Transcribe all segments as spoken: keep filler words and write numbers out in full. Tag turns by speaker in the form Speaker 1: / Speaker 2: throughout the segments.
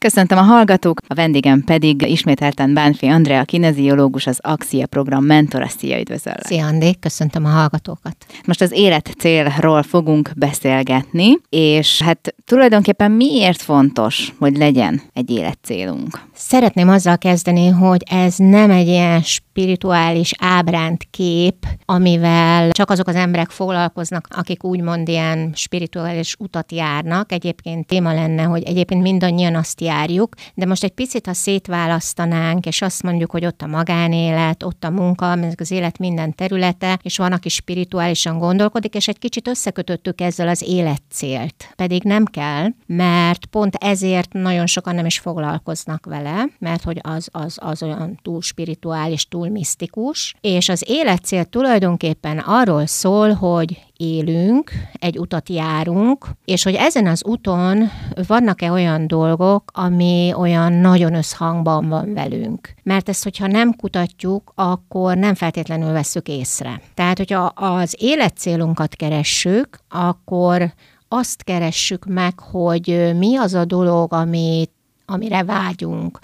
Speaker 1: Köszöntöm a hallgatók, a vendégem pedig ismételten Bánfi Andrea, kineziológus, az Axia program mentora. Szia, üdvözöllek!
Speaker 2: Szia, Andi, köszöntöm a hallgatókat!
Speaker 1: Most az életcélról fogunk beszélgetni, és hát tulajdonképpen miért fontos, hogy legyen egy életcélunk?
Speaker 2: Szeretném azzal kezdeni, hogy ez nem egy ilyen spirituális ábrántkép, amivel csak azok az emberek foglalkoznak, akik úgymond ilyen spirituális utat járnak. Egyébként téma lenne, hogy egyébként mindannyian azt járjuk, de most egy picit, ha szétválasztanánk, és azt mondjuk, hogy ott a magánélet, ott a munka, az élet minden területe, és van, aki spirituálisan gondolkodik, és egy kicsit összekötöttük ezzel az életcélt. Pedig nem kell, mert pont ezért nagyon sokan nem is foglalkoznak vele, mert hogy az, az, az olyan túl spirituális, túl misztikus, és az életcél tulajdonképpen arról szól, hogy élünk, egy utat járunk, és hogy ezen az úton vannak-e olyan dolgok, ami olyan nagyon összhangban van velünk. Mert ezt, hogyha nem kutatjuk, akkor nem feltétlenül vesszük észre. Tehát, hogyha az életcélunkat keressük, akkor azt keressük meg, hogy mi az a dolog, amit, amire vágyunk,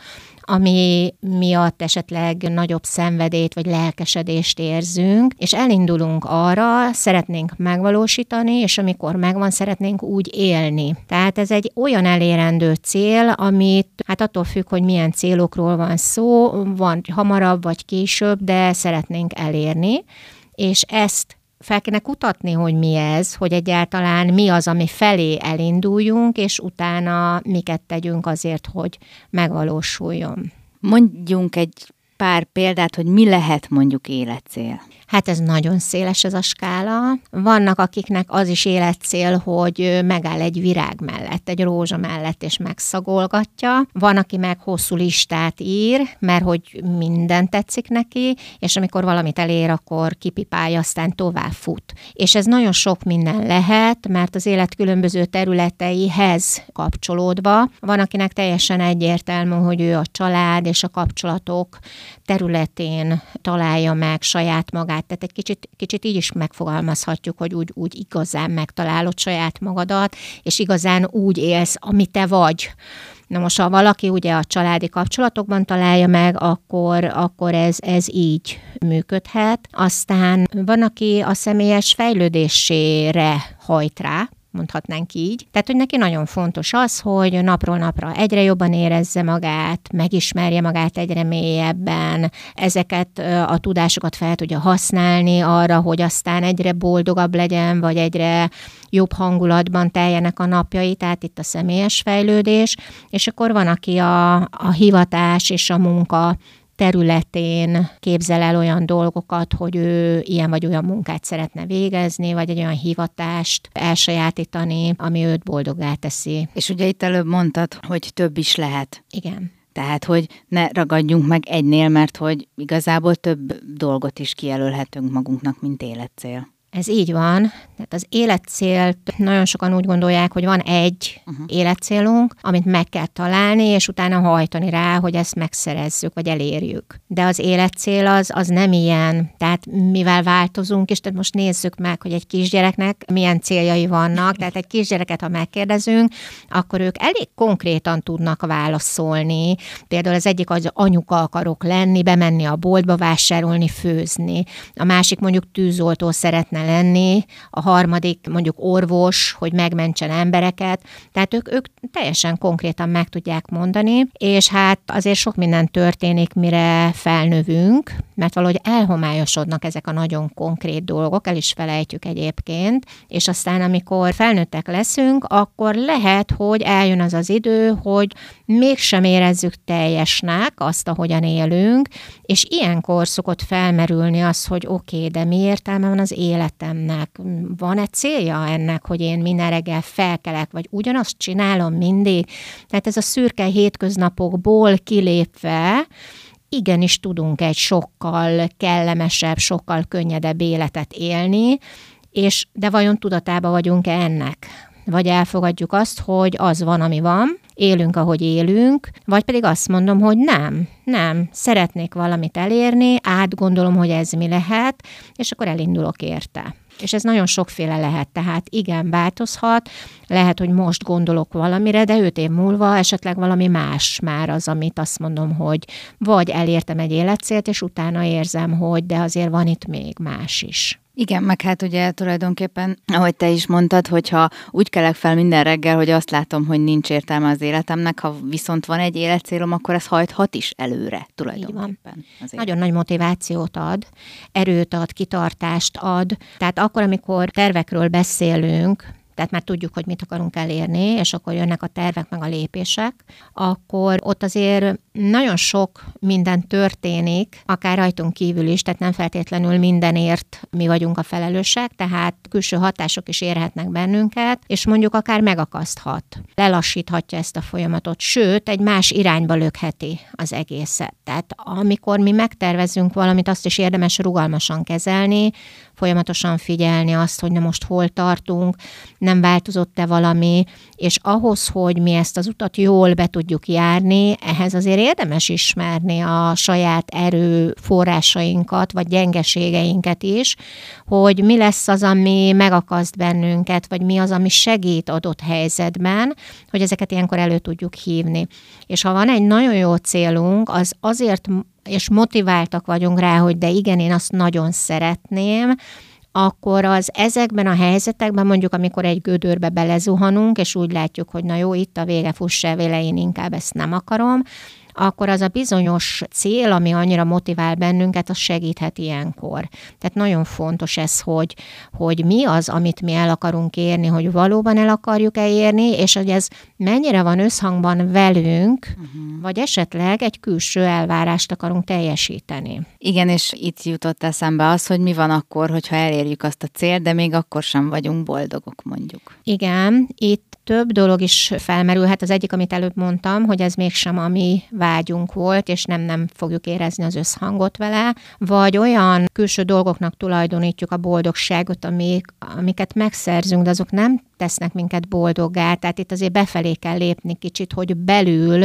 Speaker 2: ami miatt esetleg nagyobb szenvedélyt vagy lelkesedést érzünk, és elindulunk arra, szeretnénk megvalósítani, és amikor megvan, szeretnénk úgy élni. Tehát ez egy olyan elérendő cél, amit hát attól függ, hogy milyen célokról van szó, van hamarabb vagy később, de szeretnénk elérni, és ezt fel kéne kutatni, hogy mi ez, hogy egyáltalán mi az, ami felé elinduljunk, és utána miket tegyünk azért, hogy megvalósuljon.
Speaker 1: Mondjunk egy pár példát, hogy mi lehet mondjuk életcél.
Speaker 2: Hát ez nagyon széles ez a skála. Vannak, akiknek az is életcél, hogy megáll egy virág mellett, egy rózsa mellett, és megszagolgatja. Van, aki meg hosszú listát ír, mert hogy minden tetszik neki, és amikor valamit elér, akkor kipipálja, aztán tovább fut. És ez nagyon sok minden lehet, mert az élet különböző területeihez kapcsolódva. Van, akinek teljesen egyértelmű, hogy ő a család és a kapcsolatok területén találja meg saját magát. Tehát egy kicsit, kicsit így is megfogalmazhatjuk, hogy úgy, úgy igazán megtalálod saját magadat, és igazán úgy élsz, ami te vagy. Na most, ha valaki ugye a családi kapcsolatokban találja meg, akkor, akkor ez, ez így működhet. Aztán van, aki a személyes fejlődésére hajt rá, mondhatnánk így. Tehát, hogy neki nagyon fontos az, hogy napról napra egyre jobban érezze magát, megismerje magát egyre mélyebben, ezeket a tudásokat fel tudja használni arra, hogy aztán egyre boldogabb legyen, vagy egyre jobb hangulatban teljenek a napjai, tehát itt a személyes fejlődés, és akkor van, aki a, a hivatás és a munka területén képzel el olyan dolgokat, hogy ő ilyen vagy olyan munkát szeretne végezni, vagy egy olyan hivatást elsajátítani, ami őt boldoggá teszi.
Speaker 1: És ugye itt előbb mondtad, hogy több is lehet.
Speaker 2: Igen.
Speaker 1: Tehát, hogy ne ragadjunk meg egynél, mert hogy igazából több dolgot is kijelölhetünk magunknak, mint életcél.
Speaker 2: Ez így van. Tehát az életcélt nagyon sokan úgy gondolják, hogy van egy uh-huh. életcélunk, amit meg kell találni, és utána hajtani rá, hogy ezt megszerezzük, vagy elérjük. De az életcél az, az nem ilyen. Tehát mivel változunk, és tehát most nézzük meg, hogy egy kisgyereknek milyen céljai vannak. Tehát egy kisgyereket, ha megkérdezünk, akkor ők elég konkrétan tudnak válaszolni. Például az egyik az, anyuka akarok lenni, bemenni a boltba, vásárolni, főzni. A másik mondjuk tűzoltó szeretne lenni, a harmadik mondjuk orvos, hogy megmentsen embereket, tehát ők, ők teljesen konkrétan meg tudják mondani, és hát azért sok minden történik, mire felnövünk, mert valahogy elhomályosodnak ezek a nagyon konkrét dolgok, el is felejtjük egyébként, és aztán amikor felnőttek leszünk, akkor lehet, hogy eljön az az idő, hogy mégsem érezzük teljesnek azt, ahogyan élünk, és ilyenkor szokott felmerülni az, hogy oké, okay, de mi értelme van az életemnek? Van-e célja ennek, hogy én minden reggel felkelek, vagy ugyanazt csinálom mindig? Tehát ez a szürke hétköznapokból kilépve, igenis tudunk egy sokkal kellemesebb, sokkal könnyedebb életet élni, és de vajon tudatában vagyunk-e ennek? Vagy elfogadjuk azt, hogy az van, ami van, élünk, ahogy élünk, vagy pedig azt mondom, hogy nem, nem, szeretnék valamit elérni, átgondolom, hogy ez mi lehet, és akkor elindulok érte. És ez nagyon sokféle lehet, tehát igen, változhat, lehet, hogy most gondolok valamire, de öt év múlva esetleg valami más már az, amit azt mondom, hogy vagy elértem egy életcélt, és utána érzem, hogy de azért van itt még más is.
Speaker 1: Igen, meg hát ugye tulajdonképpen, ahogy te is mondtad, hogyha úgy kelek fel minden reggel, hogy azt látom, hogy nincs értelme az életemnek, ha viszont van egy életcélom, akkor ez hajthat is előre tulajdonképpen.
Speaker 2: Nagyon nagy motivációt ad, erőt ad, kitartást ad. Tehát akkor, amikor tervekről beszélünk, tehát már tudjuk, hogy mit akarunk elérni, és akkor jönnek a tervek meg a lépések, akkor ott azért nagyon sok minden történik, akár rajtunk kívül is, tehát nem feltétlenül mindenért mi vagyunk a felelősek, tehát külső hatások is érhetnek bennünket, és mondjuk akár megakaszthat, lelassíthatja ezt a folyamatot, sőt, egy más irányba lökheti az egészet. Tehát amikor mi megtervezünk valamit, azt is érdemes rugalmasan kezelni, folyamatosan figyelni azt, hogy na most hol tartunk, nem változott-e valami, és ahhoz, hogy mi ezt az utat jól be tudjuk járni, ehhez azért érdemes ismerni a saját erőforrásainkat, vagy gyengeségeinket is, hogy mi lesz az, ami megakaszt bennünket, vagy mi az, ami segít adott helyzetben, hogy ezeket ilyenkor elő tudjuk hívni. És ha van egy nagyon jó célunk, az azért, és motiváltak vagyunk rá, hogy de igen, én azt nagyon szeretném, akkor az ezekben a helyzetekben, mondjuk amikor egy gödörbe belezuhanunk, és úgy látjuk, hogy na jó, itt a vége, fuss el vele, én inkább ezt nem akarom, akkor az a bizonyos cél, ami annyira motivál bennünket, az segíthet ilyenkor. Tehát nagyon fontos ez, hogy, hogy mi az, amit mi el akarunk érni, hogy valóban el akarjuk-e érni, és hogy ez mennyire van összhangban velünk, uh-huh. vagy esetleg egy külső elvárást akarunk teljesíteni.
Speaker 1: Igen, és itt jutott eszembe az, hogy mi van akkor, hogyha elérjük azt a célt, de még akkor sem vagyunk boldogok, mondjuk.
Speaker 2: Igen, itt több dolog is felmerülhet. Az egyik, amit előbb mondtam, hogy ez mégsem a mi vágyunk volt, és nem nem fogjuk érezni az összhangot vele, vagy olyan külső dolgoknak tulajdonítjuk a boldogságot, amik, amiket megszerzünk, de azok nem tesznek minket boldoggá. Tehát itt azért befelé kell lépni kicsit, hogy belül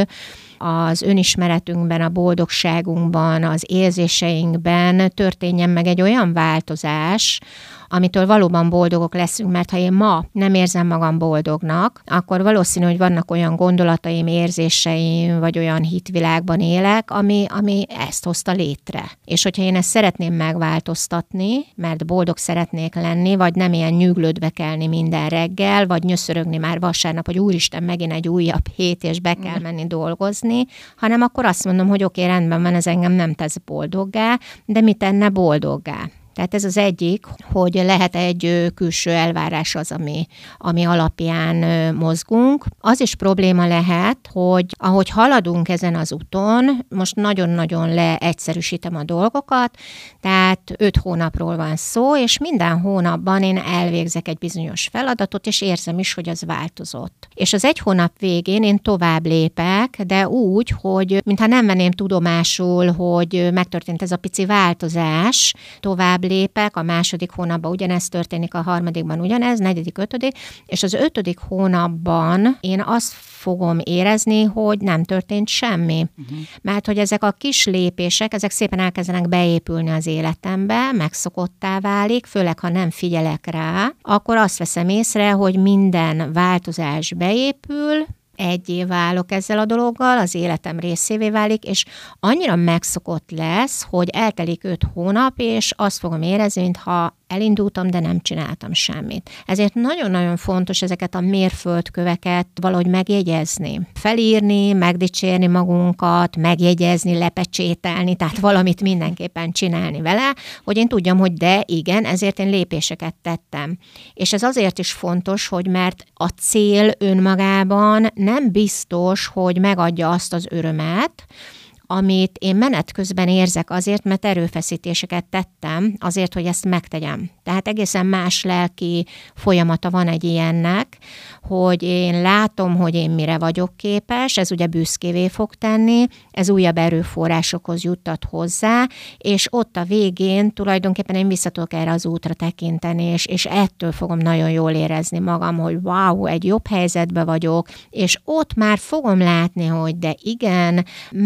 Speaker 2: az önismeretünkben, a boldogságunkban, az érzéseinkben történjen meg egy olyan változás, amitől valóban boldogok leszünk, mert ha én ma nem érzem magam boldognak, akkor valószínű, hogy vannak olyan gondolataim, érzéseim, vagy olyan hitvilágban élek, ami, ami ezt hozta létre. És hogyha én ezt szeretném megváltoztatni, mert boldog szeretnék lenni, vagy nem ilyen nyüglődve kelni minden reggel, vagy nyöszörögni már vasárnap, hogy úristen, megint egy újabb hét, és be kell menni dolgozni, hanem akkor azt mondom, hogy oké, okay, rendben van, ez engem nem tesz boldoggá, de mi tenne boldoggá? Tehát ez az egyik, hogy lehet egy külső elvárás az, ami, ami alapján mozgunk. Az is probléma lehet, hogy ahogy haladunk ezen az úton, most nagyon-nagyon leegyszerűsítem a dolgokat, tehát öt hónapról van szó, és minden hónapban én elvégzek egy bizonyos feladatot, és érzem is, hogy az változott. És az egy hónap végén én tovább lépek, de úgy, hogy mintha nem venném tudomásul, hogy megtörtént ez a pici változás, tovább lépek, a második hónapban ugyanez történik, a harmadikban ugyanez, negyedik, ötödik, és az ötödik hónapban én azt fogom érezni, hogy nem történt semmi. Uh-huh. Mert hogy ezek a kis lépések, ezek szépen elkezdenek beépülni az életembe, megszokottá válik, főleg ha nem figyelek rá, akkor azt veszem észre, hogy minden változás beépül, egyé válok ezzel a dologgal, az életem részévé válik, és annyira megszokott lesz, hogy eltelik öt hónap, és azt fogom érezni, mintha elindultam, de nem csináltam semmit. Ezért nagyon-nagyon fontos ezeket a mérföldköveket valahogy megjegyezni. Felírni, megdicsérni magunkat, megjegyezni, lepecsételni, tehát valamit mindenképpen csinálni vele, hogy én tudjam, hogy de igen, ezért én lépéseket tettem. És ez azért is fontos, hogy mert a cél önmagában nem biztos, hogy megadja azt az örömet, amit én menet közben érzek azért, mert erőfeszítéseket tettem azért, hogy ezt megtegyem. Tehát egészen más lelki folyamata van egy ilyennek, hogy én látom, hogy én mire vagyok képes, ez ugye büszkévé fog tenni, ez újabb erőforrásokhoz juttat hozzá, és ott a végén tulajdonképpen én vissza tudok erre az útra tekinteni, és, és ettől fogom nagyon jól érezni magam, hogy wow, egy jobb helyzetben vagyok, és ott már fogom látni, hogy de igen, megvált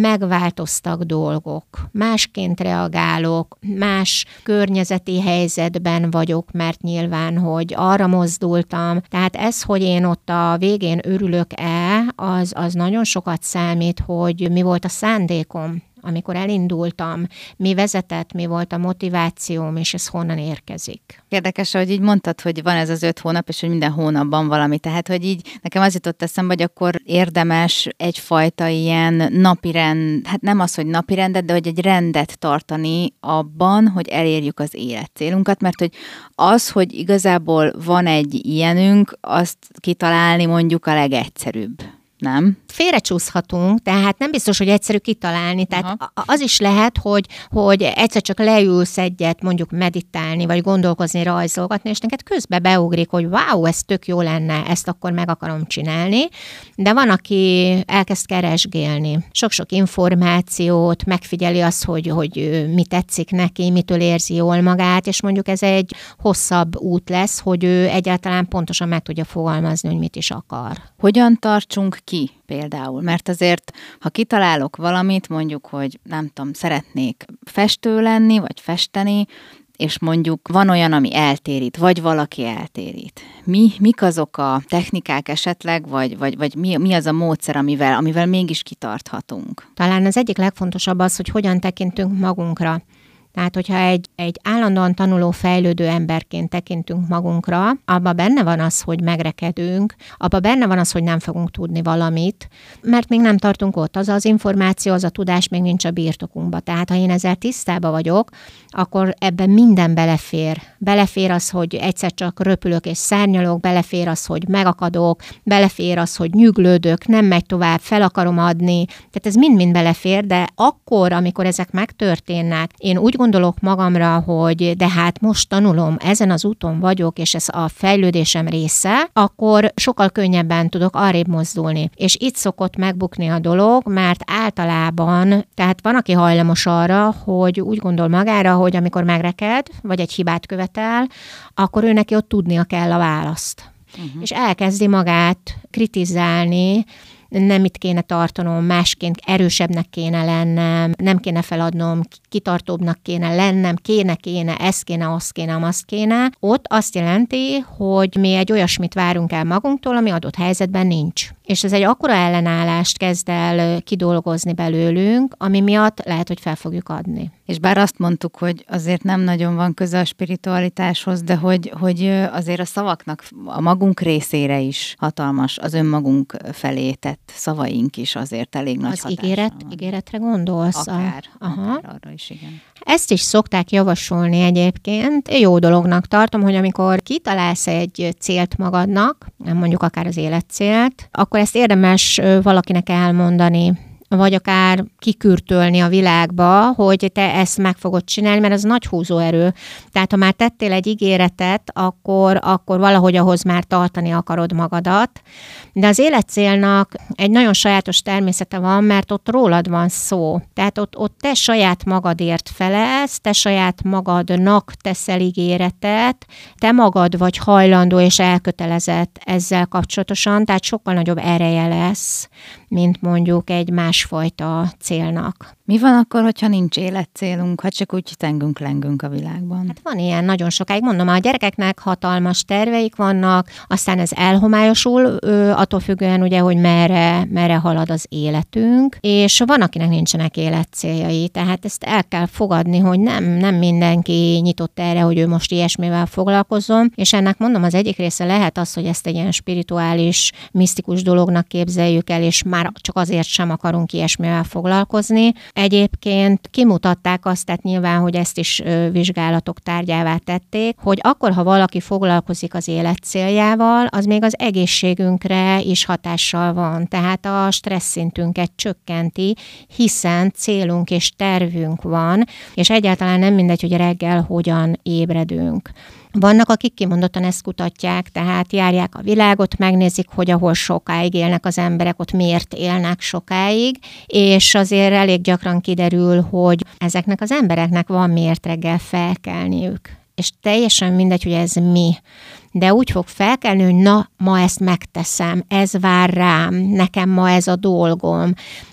Speaker 2: változtak dolgok, másként reagálok, más környezeti helyzetben vagyok, mert nyilván, hogy arra mozdultam. Tehát ez, hogy én ott a végén örülök-e, az, az nagyon sokat számít, hogy mi volt a szándékom, amikor elindultam, mi vezetett, mi volt a motivációm, és ez honnan érkezik.
Speaker 1: Érdekes, hogy így mondtad, hogy van ez az öt hónap, és hogy minden hónapban valami. Tehát, hogy így nekem az jutott eszembe, hogy akkor érdemes egyfajta ilyen napirend, hát nem az, hogy napirendet, de hogy egy rendet tartani abban, hogy elérjük az életcélunkat, mert hogy az, hogy igazából van egy ilyenünk, azt kitalálni mondjuk a legegyszerűbb. Nem?
Speaker 2: Félrecsúszhatunk, tehát nem biztos, hogy egyszerű kitalálni. Tehát Aha. az is lehet, hogy, hogy egyszer csak leülsz egyet mondjuk meditálni, vagy gondolkozni, rajzolgatni, és neked közben beugrik, hogy wow, ez tök jó lenne, ezt akkor meg akarom csinálni. De van, aki elkezd keresgélni. Sok-sok információt, megfigyeli azt, hogy, hogy mi tetszik neki, mitől érzi jól magát, és mondjuk ez egy hosszabb út lesz, hogy ő egyáltalán pontosan meg tudja fogalmazni, hogy mit is akar.
Speaker 1: Hogyan tartsunk ki például? Mert azért, ha kitalálok valamit, mondjuk, hogy nem tudom, szeretnék festő lenni, vagy festeni, és mondjuk van olyan, ami eltérít, vagy valaki eltérít. Mi, mik azok a technikák esetleg, vagy, vagy, vagy mi, mi az a módszer, amivel, amivel mégis kitarthatunk?
Speaker 2: Talán az egyik legfontosabb az, hogy hogyan tekintünk magunkra. Tehát, hogyha egy, egy állandóan tanuló, fejlődő emberként tekintünk magunkra, abban benne van az, hogy megrekedünk, abban benne van az, hogy nem fogunk tudni valamit, mert még nem tartunk ott. Az az információ, az a tudás még nincs a birtokunkba. Tehát, ha én ezzel tisztában vagyok, akkor ebben minden belefér. Belefér az, hogy egyszer csak röpülök és szárnyalok, belefér az, hogy megakadok, belefér az, hogy nyüglődök, nem megy tovább, fel akarom adni. Tehát ez mind-mind belefér, de akkor, amikor ezek megtörténnek, én úgy gondolok magamra, hogy de hát most tanulom, ezen az úton vagyok, és ez a fejlődésem része, akkor sokkal könnyebben tudok arrébb mozdulni. És itt szokott megbukni a dolog, mert általában, tehát van, aki hajlamos arra, hogy úgy gondol magára, hogy amikor megreked, vagy egy hibát követel, akkor ő neki ott tudnia kell a választ. Uh-huh. És elkezdi magát kritizálni, nem itt kéne tartanom, másként erősebbnek kéne lennem, nem kéne feladnom, kitartóbbnak kéne lennem, kéne, kéne, ez kéne, az kéne, azt kéne. Ott azt jelenti, hogy mi egy olyasmit várunk el magunktól, ami adott helyzetben nincs. És ez egy akkora ellenállást kezd el kidolgozni belőlünk, ami miatt lehet, hogy fel fogjuk adni.
Speaker 1: És bár azt mondtuk, hogy azért nem nagyon van köze a spiritualitáshoz, de hogy, hogy azért a szavaknak a magunk részére is hatalmas, az önmagunk felé tett szavaink is azért elég nagy
Speaker 2: az
Speaker 1: hatással
Speaker 2: ígéret,
Speaker 1: van.
Speaker 2: ígéretre gondolsz?
Speaker 1: Akár,
Speaker 2: a... Aha.
Speaker 1: akár arra is, igen.
Speaker 2: Ezt is szokták javasolni egyébként. Jó dolognak tartom, hogy amikor kitalálsz egy célt magadnak, mondjuk akár az életcélt, akkor ezt érdemes valakinek elmondani, vagy akár kikürtölni a világba, hogy te ezt meg fogod csinálni, mert ez nagy húzóerő. Tehát ha már tettél egy ígéretet, akkor, akkor valahogy ahhoz már tartani akarod magadat. De az életcélnak egy nagyon sajátos természete van, mert ott rólad van szó. Tehát ott, ott te saját magadért felelsz, te saját magadnak teszel ígéretet, te magad vagy hajlandó és elkötelezett ezzel kapcsolatosan, tehát sokkal nagyobb ereje lesz, mint mondjuk egy másfajta célnak.
Speaker 1: Mi van akkor, hogyha nincs életcélunk, ha csak úgy tengünk-lengünk a világban?
Speaker 2: Hát van ilyen nagyon sokáig. Mondom, a gyerekeknek hatalmas terveik vannak, aztán ez elhomályosul, attól függően ugye, hogy merre, merre halad az életünk, és van, akinek nincsenek életcéljai, tehát ezt el kell fogadni, hogy nem, nem mindenki nyitott erre, hogy ő most ilyesmivel foglalkozzon, és ennek mondom, az egyik része lehet az, hogy ezt egy ilyen spirituális, misztikus dolognak képzeljük el, és már csak azért sem akarunk ilyesmivel foglalkozni. Egyébként kimutatták azt, tehát nyilván, hogy ezt is vizsgálatok tárgyává tették, hogy akkor, ha valaki foglalkozik az életcéljával, az még az egészségünkre is hatással van. Tehát a stressz szintünket csökkenti, hiszen célunk és tervünk van, és egyáltalán nem mindegy, hogy reggel hogyan ébredünk. Vannak, akik kimondottan ezt kutatják, tehát járják a világot, megnézik, hogy ahol sokáig élnek az emberek, ott miért élnek sokáig, és azért elég gyakran kiderül, hogy ezeknek az embereknek van miért reggel felkelniük. És teljesen mindegy, hogy ez mi. De úgy fog felkelni, hogy na, ma ezt megteszem, ez vár rám, nekem ma ez a dolgom.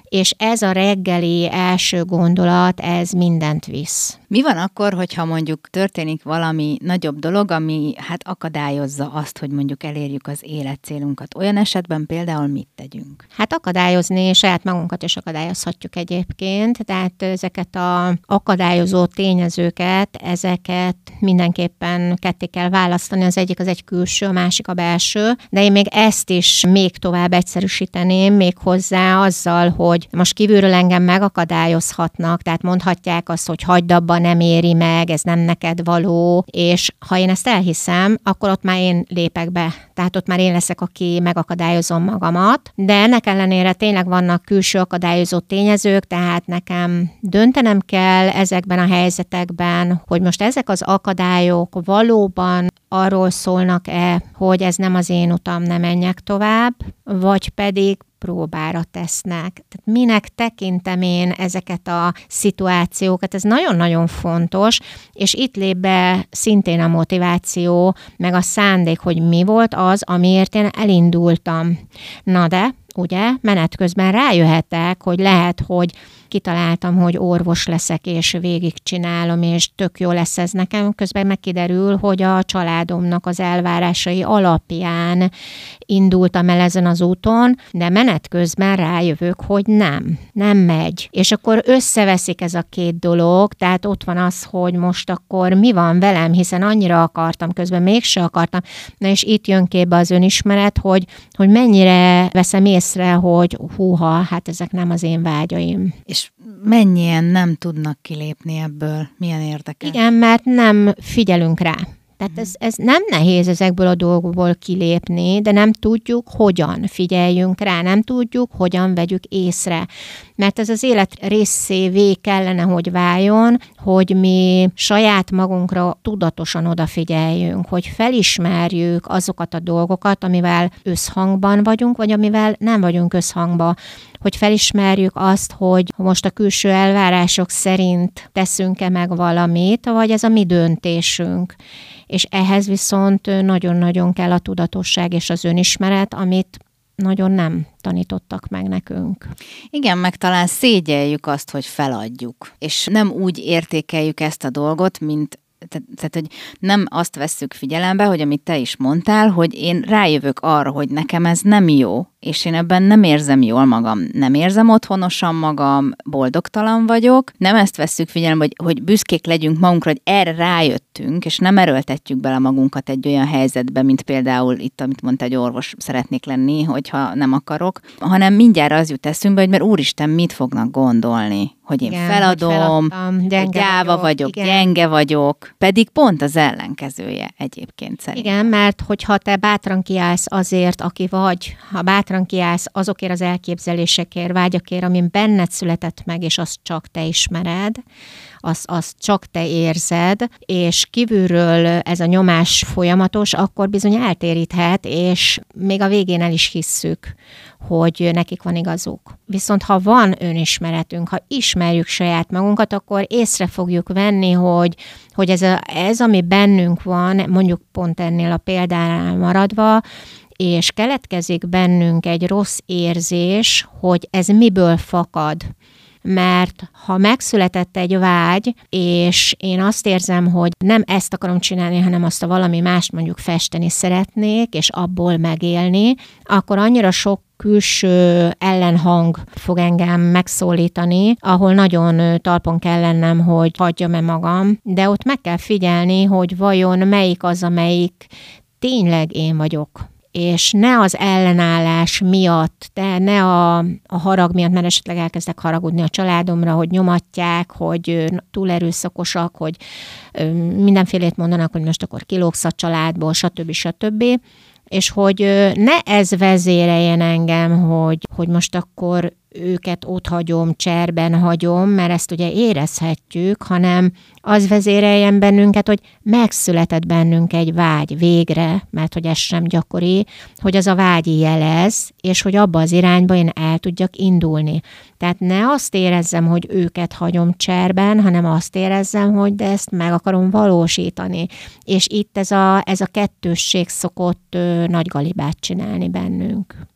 Speaker 2: és ez a reggeli első gondolat, ez mindent visz.
Speaker 1: Mi van akkor, hogyha mondjuk történik valami nagyobb dolog, ami hát akadályozza azt, hogy mondjuk elérjük az életcélunkat? Olyan esetben például mit tegyünk?
Speaker 2: Hát akadályozni, saját magunkat is akadályozhatjuk egyébként, tehát ezeket a akadályozó tényezőket, ezeket mindenképpen ketté kell választani, az egyik az egy külső, a másik a belső, de én még ezt is még tovább egyszerűsíteném, még hozzá azzal, hogy most kívülről engem megakadályozhatnak, tehát mondhatják azt, hogy hagyd abba, nem éri meg, ez nem neked való, és ha én ezt elhiszem, akkor ott már én lépek be. Tehát ott már én leszek, aki megakadályozom magamat, de ennek ellenére tényleg vannak külső akadályozó tényezők, tehát nekem döntenem kell ezekben a helyzetekben, hogy most ezek az akadályok valóban arról szólnak-e, hogy ez nem az én utam, ne menjek tovább, vagy pedig próbára tesznek. Tehát minek tekintem én ezeket a szituációkat, ez nagyon-nagyon fontos, és itt lép be szintén a motiváció, meg a szándék, hogy mi volt az, amiért én elindultam. Na de, ugye, menet közben rájöhetek, hogy lehet, hogy kitaláltam, hogy orvos leszek, és végigcsinálom, és tök jó lesz ez nekem. Közben megkiderül, hogy a családomnak az elvárásai alapján indultam el ezen az úton, de menet közben rájövök, hogy nem, nem megy. És akkor összeveszik ez a két dolog, tehát ott van az, hogy most akkor mi van velem, hiszen annyira akartam, közben mégse akartam. Na és itt jön képbe az önismeret, hogy, hogy mennyire veszem észre, hogy húha, hát ezek nem az én vágyaim.
Speaker 1: És mennyien nem tudnak kilépni ebből? Milyen érdekes.
Speaker 2: Igen, mert nem figyelünk rá. Tehát ez, ez nem nehéz ezekből a dolgokból kilépni, de nem tudjuk, hogyan figyeljünk rá, nem tudjuk, hogyan vegyük észre. Mert ez az élet részévé kellene, hogy váljon, hogy mi saját magunkra tudatosan odafigyeljünk, hogy felismerjük azokat a dolgokat, amivel összhangban vagyunk, vagy amivel nem vagyunk összhangban. Hogy felismerjük azt, hogy most a külső elvárások szerint teszünk-e meg valamit, vagy ez a mi döntésünk. És ehhez viszont nagyon-nagyon kell a tudatosság és az önismeret, amit nagyon nem tanítottak meg nekünk.
Speaker 1: Igen, meg talán szégyeljük azt, hogy feladjuk. És nem úgy értékeljük ezt a dolgot, mint tehát, hogy nem azt vesszük figyelembe, hogy amit te is mondtál, hogy én rájövök arra, hogy nekem ez nem jó, és én ebben nem érzem jól magam, nem érzem otthonosan magam, boldogtalan vagyok. Nem ezt vesszük figyelembe, hogy, hogy büszkék legyünk magunkra, hogy erre rájöttünk, és nem erőltetjük bele magunkat egy olyan helyzetbe, mint például itt, amit mondta, egy orvos szeretnék lenni, hogyha nem akarok, hanem mindjárt az jut eszünkbe, hogy mert úristen, mit fognak gondolni, hogy én igen, feladom, hogy gyáva vagyok, vagyok gyenge vagyok, pedig pont az ellenkezője egyébként szerintem.
Speaker 2: Igen, mert hogyha te bátran kiállsz azért, aki vagy, ha bátran kiállsz azokért az elképzelésekért, vágyakért, amin benned született meg, és azt csak te ismered, azt, azt csak te érzed, és kívülről ez a nyomás folyamatos, akkor bizony eltéríthet, és még a végén el is hisszük, hogy nekik van igazuk. Viszont ha van önismeretünk, ha ismerjük saját magunkat, akkor észre fogjuk venni, hogy, hogy ez, a, ez, ami bennünk van, mondjuk pont ennél a példánál maradva, és keletkezik bennünk egy rossz érzés, hogy ez miből fakad. Mert ha megszületett egy vágy, és én azt érzem, hogy nem ezt akarom csinálni, hanem azt a valami mást mondjuk festeni szeretnék, és abból megélni, akkor annyira sok külső ellenhang fog engem megszólítani, ahol nagyon talpon kell lennem, hogy hagyjam-e magam, de ott meg kell figyelni, hogy vajon melyik az, amelyik tényleg én vagyok. És ne az ellenállás miatt, de ne a, a harag miatt, mert esetleg elkezdek haragudni a családomra, hogy nyomatják, hogy túl erőszakosak, hogy mindenfélét mondanak, hogy most akkor kilógsz a családból, stb. stb. És hogy ne ez vezéreljen engem, hogy, hogy most akkor őket ott hagyom, cserben hagyom, mert ezt ugye érezhetjük, hanem az vezéreljen bennünket, hogy megszületett bennünk egy vágy végre, mert hogy ez sem gyakori, hogy az a vágy jelez, és hogy abba az irányba én el tudjak indulni. Tehát ne azt érezzem, hogy őket hagyom cserben, hanem azt érezzem, hogy de ezt meg akarom valósítani. És itt ez a, ez a kettősség szokott ö, nagy galibát csinálni bennünk.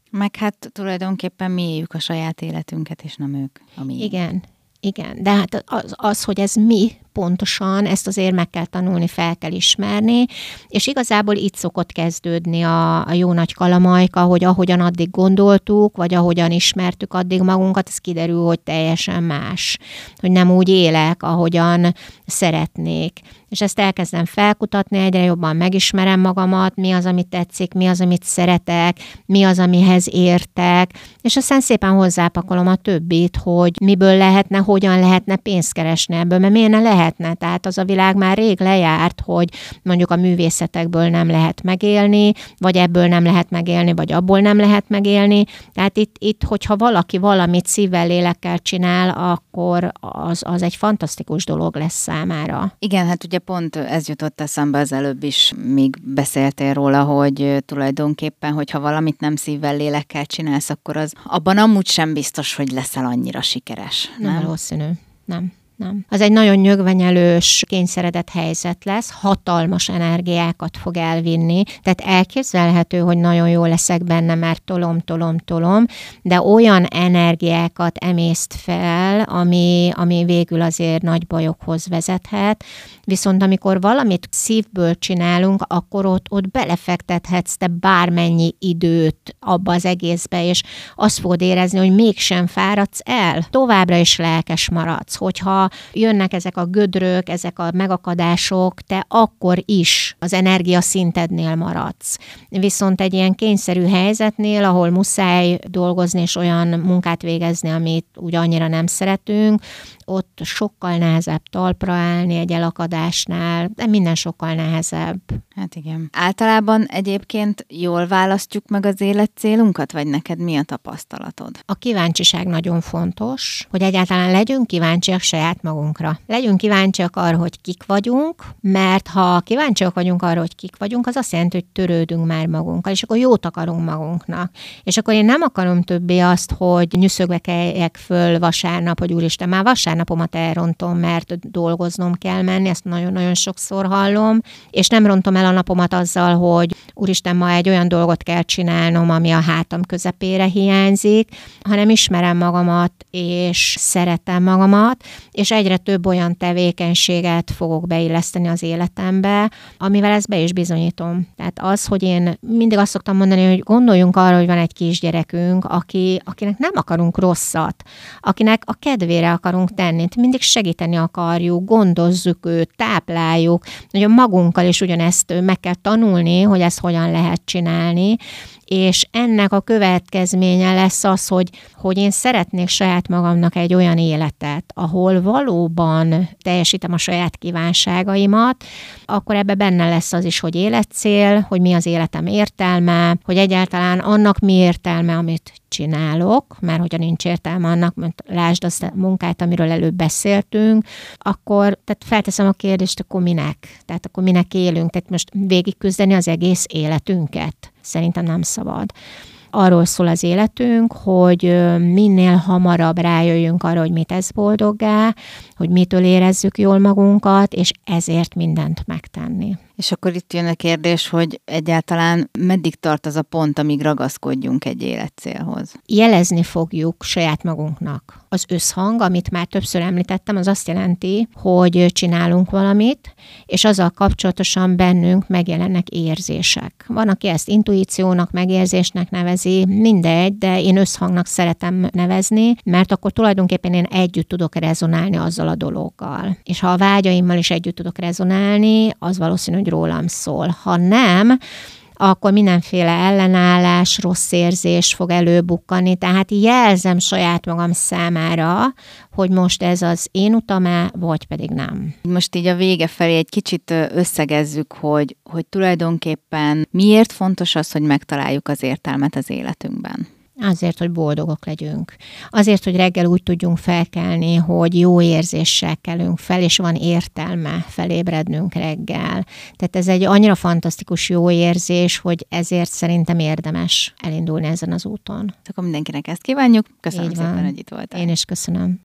Speaker 1: Meg hát tulajdonképpen mi éljük a saját életünket, és nem ők a miénk.
Speaker 2: Igen, igen. De hát az, az, hogy ez mi pontosan, ezt azért meg kell tanulni, fel kell ismerni, és igazából itt szokott kezdődni a, a jó nagy kalamajka, hogy ahogyan addig gondoltuk, vagy ahogyan ismertük addig magunkat, ez kiderül, hogy teljesen más. Hogy nem úgy élek, ahogyan szeretnék. És ezt elkezdem felkutatni, egyre jobban megismerem magamat, mi az, amit tetszik, mi az, amit szeretek, mi az, amihez értek, és aztán szépen hozzápakolom a többit, hogy miből lehetne, hogyan lehetne pénzt keresni ebből, mert miért ne lehetne? Tehát az a világ már rég lejárt, hogy mondjuk a művészetekből nem lehet megélni, vagy ebből nem lehet megélni, vagy abból nem lehet megélni. Tehát itt, itt hogyha valaki valamit szívvel, lélekkel csinál, akkor az, az egy fantasztikus dolog lesz számára.
Speaker 1: Igen, hát ugye pont ez jutott eszembe az előbb is, míg beszéltél róla, hogy tulajdonképpen, hogyha valamit nem szívvel, lélekkel csinálsz, akkor az abban amúgy sem biztos, hogy leszel annyira sikeres. Nem,
Speaker 2: nem valószínű. Nem. Nem. Az egy nagyon nyögvenyelős, kényszeredett helyzet lesz, hatalmas energiákat fog elvinni, tehát elképzelhető, hogy nagyon jól leszek benne, mert tolom, tolom, tolom, de olyan energiákat emészt fel, ami, ami végül azért nagy bajokhoz vezethet, viszont amikor valamit szívből csinálunk, akkor ott, ott belefektethetsz te bármennyi időt abba az egészbe, és azt fogod érezni, hogy mégsem fáradsz el. Továbbra is lelkes maradsz, hogyha jönnek ezek a gödrök, ezek a megakadások, te akkor is az energiaszintednél maradsz. Viszont egy ilyen kényszerű helyzetnél, ahol muszáj dolgozni és olyan munkát végezni, amit úgy annyira nem szeretünk, ott sokkal nehezebb talpra állni egy elakadásnál, de minden sokkal nehezebb.
Speaker 1: Hát igen. Általában egyébként jól választjuk meg az életcélunkat, vagy neked mi a tapasztalatod?
Speaker 2: A kíváncsiság nagyon fontos, hogy egyáltalán legyünk kíváncsiak saját magunkra. Legyünk kíváncsiak arra, hogy kik vagyunk, mert ha kíváncsiak vagyunk arra, hogy kik vagyunk, az azt jelenti, hogy törődünk már magunkkal, és akkor jót akarunk magunknak. És akkor én nem akarom többé azt, hogy nyüszögve kelljek föl vasárnap, hogy úristen, már vasárnapomat elrontom, mert dolgoznom kell menni, ezt nagyon-nagyon sokszor hallom, és nem rontom el a napomat azzal, hogy úristen, ma egy olyan dolgot kell csinálnom, ami a hátam közepére hiányzik, hanem ismerem magamat, és szeretem magamat, és egyre több olyan tevékenységet fogok beilleszteni az életembe, amivel ezt be is bizonyítom. Tehát az, hogy én mindig azt szoktam mondani, hogy gondoljunk arra, hogy van egy kisgyerekünk, aki, akinek nem akarunk rosszat, akinek a kedvére akarunk tenni, mindig segíteni akarjuk, gondozzuk őt, tápláljuk, hogy a magunkkal is ugyanezt meg kell tanulni, hogy ezt hogyan lehet csinálni, és ennek a következménye lesz az, hogy, hogy én szeretnék saját magamnak egy olyan életet, ahol valóban teljesítem a saját kívánságaimat, akkor ebbe benne lesz az is, hogy életcél, hogy mi az életem értelme, hogy egyáltalán annak mi értelme, amit csinálok, mert hogyha nincs értelme annak, mert lásd azt a munkát, amiről előbb beszéltünk, akkor tehát felteszem a kérdést, akkor minek? Tehát akkor minek élünk? Tehát most végigküzdeni az egész életünket? Szerintem nem szabad. Arról szól az életünk, hogy minél hamarabb rájöjjünk arra, hogy mit tesz boldoggá, hogy mitől érezzük jól magunkat, és ezért mindent megtenni.
Speaker 1: És akkor itt jön a kérdés, hogy egyáltalán meddig tart az a pont, amíg ragaszkodjunk egy életcélhoz?
Speaker 2: Jelezni fogjuk saját magunknak. Az összhang, amit már többször említettem, az azt jelenti, hogy csinálunk valamit, és azzal kapcsolatosan bennünk megjelennek érzések. Van, aki ezt intuíciónak, megérzésnek nevezi, mindegy, de én összhangnak szeretem nevezni, mert akkor tulajdonképpen én együtt tudok rezonálni azzal a dologgal. És ha a vágyaimmal is együtt tudok rezonálni, az valószínű, hogy rólam szól. Ha nem, akkor mindenféle ellenállás, rossz érzés fog előbukkani. Tehát jelzem saját magam számára, hogy most ez az én utam-e, vagy pedig nem.
Speaker 1: Most így a vége felé egy kicsit összegezzük, hogy, hogy tulajdonképpen miért fontos az, hogy megtaláljuk az értelmet az életünkben.
Speaker 2: Azért, hogy boldogok legyünk. Azért, hogy reggel úgy tudjunk felkelni, hogy jó érzéssel kelünk fel, és van értelme felébrednünk reggel. Tehát ez egy annyira fantasztikus jó érzés, hogy ezért szerintem érdemes elindulni ezen az úton.
Speaker 1: Akkor mindenkinek ezt kívánjuk. Köszönöm szépen, hogy itt voltál.
Speaker 2: Én is köszönöm.